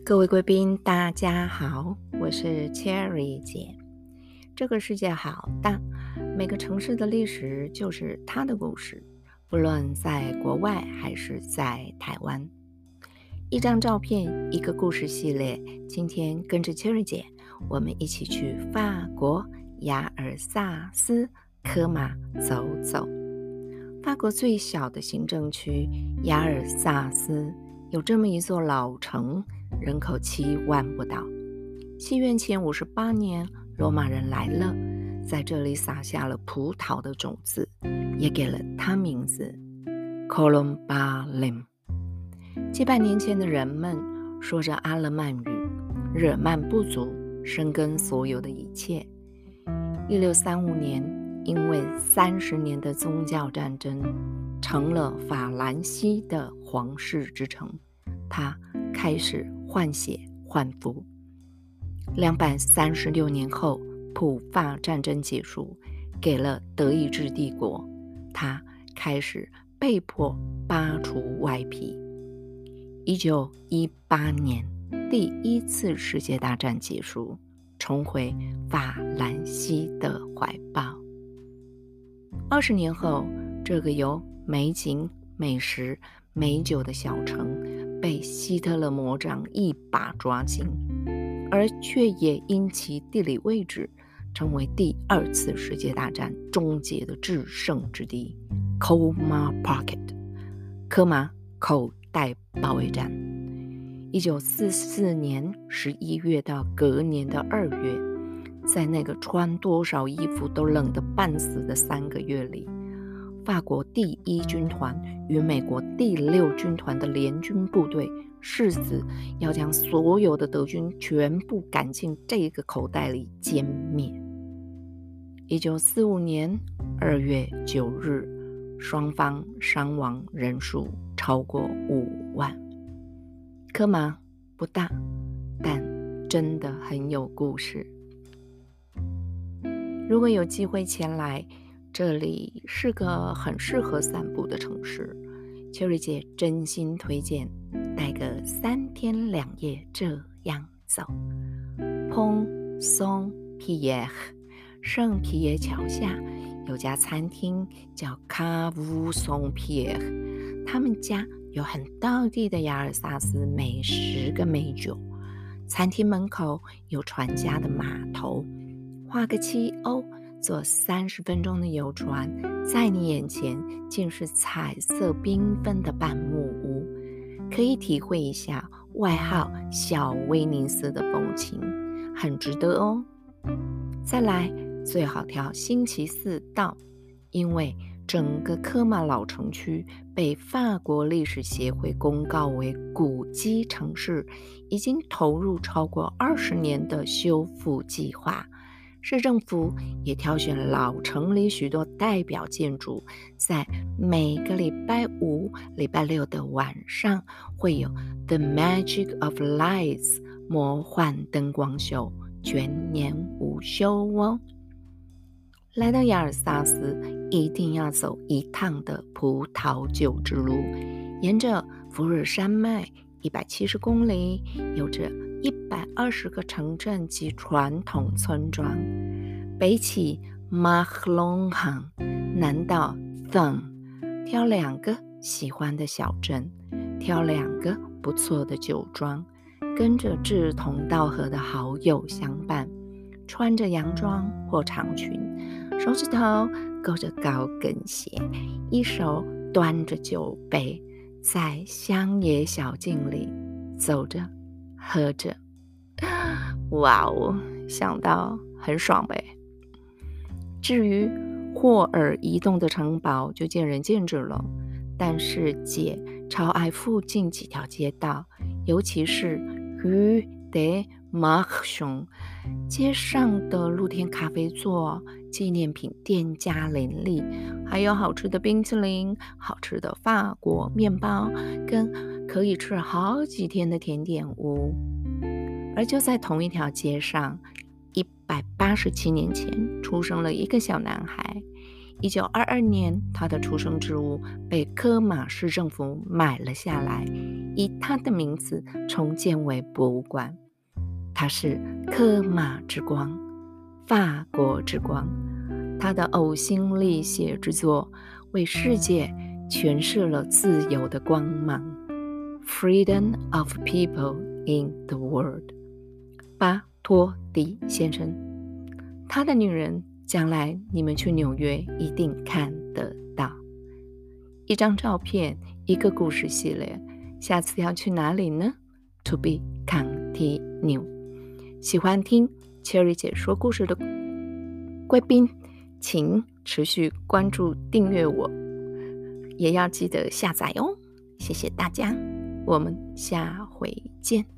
各位贵宾，大家好，我是 Cherry 姐。这个世界好大，每个城市的历史就是它的故事，不论在国外还是在台湾。一张照片，一个故事系列。今天跟着 Cherry 姐，我们一起去法国雅尔萨斯科马走走。法国最小的行政区雅尔萨斯有这么一座老城，人口7万不到。西元前58年，罗马人来了，在这里撒下了葡萄的种子，也给了它名字 Colombalim。几百年前的人们说着阿勒曼语，日耳曼部族深耕所有的一切。1635年，因为30年的宗教战争，成了法兰西的皇室之城，它开始换血换肤。236年后，普法战争结束，给了德意志帝国，它开始被迫扒除外皮。1918年，第一次世界大战结束，重回法兰西的怀抱。20年后，这个有美景、美食、美酒的小城被希特勒魔掌一把抓紧，而却也因其地理位置成为第二次世界大战终结的制胜之地 Colmar Pocket 科马口袋保卫战。1944年11月到隔年的2月，在那个穿多少衣服都冷得半死的3个月里，法国第1军团与美国第6军团的联军部队誓死要将所有的德军全部赶进这个口袋里歼灭。1945年2月9日，双方伤亡人数超过5万。科马不大，但真的很有故事。如果有机会前来，这里是个很适合散步的城市。Cherry姐真心推荐待个3天2夜这样走。Pont Saint-Pierre 圣皮耶桥下有家餐厅叫 Cave Saint-Pierre， 他们家有很道地的雅尔萨斯美食跟美酒。餐厅门口有船家的码头，花个7欧坐30分钟的游船，在你眼前竟是彩色缤纷的半木屋，可以体会一下外号小威尼斯的风情，很值得哦。再来，最好挑星期4到，因为整个科马老城区被法国历史协会公告为古迹城市，已经投入超过20年的修复计划。市政府也挑选老城里许多代表建筑，在每个礼拜5、礼拜6的晚上会有 The Magic of Lights 魔幻灯光秀，全年无休哦。来到雅尔萨斯，一定要走一趟的葡萄酒之路，沿着福尔山脉170公里，有着120个城镇及传统村庄。北起马克龙항，南到 Thun， 挑2个喜欢的小镇，挑2个不错的酒庄，跟着志同道合的好友相伴，穿着洋装或长裙，手指头勾着高跟鞋，一手端着酒杯，在乡野小径里走着喝着。哇哦，想到很爽呗。至于霍尔移动的城堡就见仁见智了，但是姐超爱附近几条街道，尤其是 Rue des Marchands， 街上的露天咖啡座、纪念品店家林立，还有好吃的冰淇淋、好吃的法国面包跟可以吃好几天的甜点屋。而就在同一条街上，187年前出生了一个小男孩。1922年，他的出生之物被科马市政府买了下来， 以他的名字重建为博物馆。他是科马之光，法国之光。他的呕心沥血之作为世界诠释了自由的光芒。 Freedom of people in the world。 巴托迪先生，他的女人将来你们去纽约一定看得到。一张照片，一个故事系列，下次要去哪里呢？ To be continued。 喜欢听 Cherry 姐说故事的贵宾，请持续关注订阅我，也要记得下载哦。谢谢大家，我们下回见。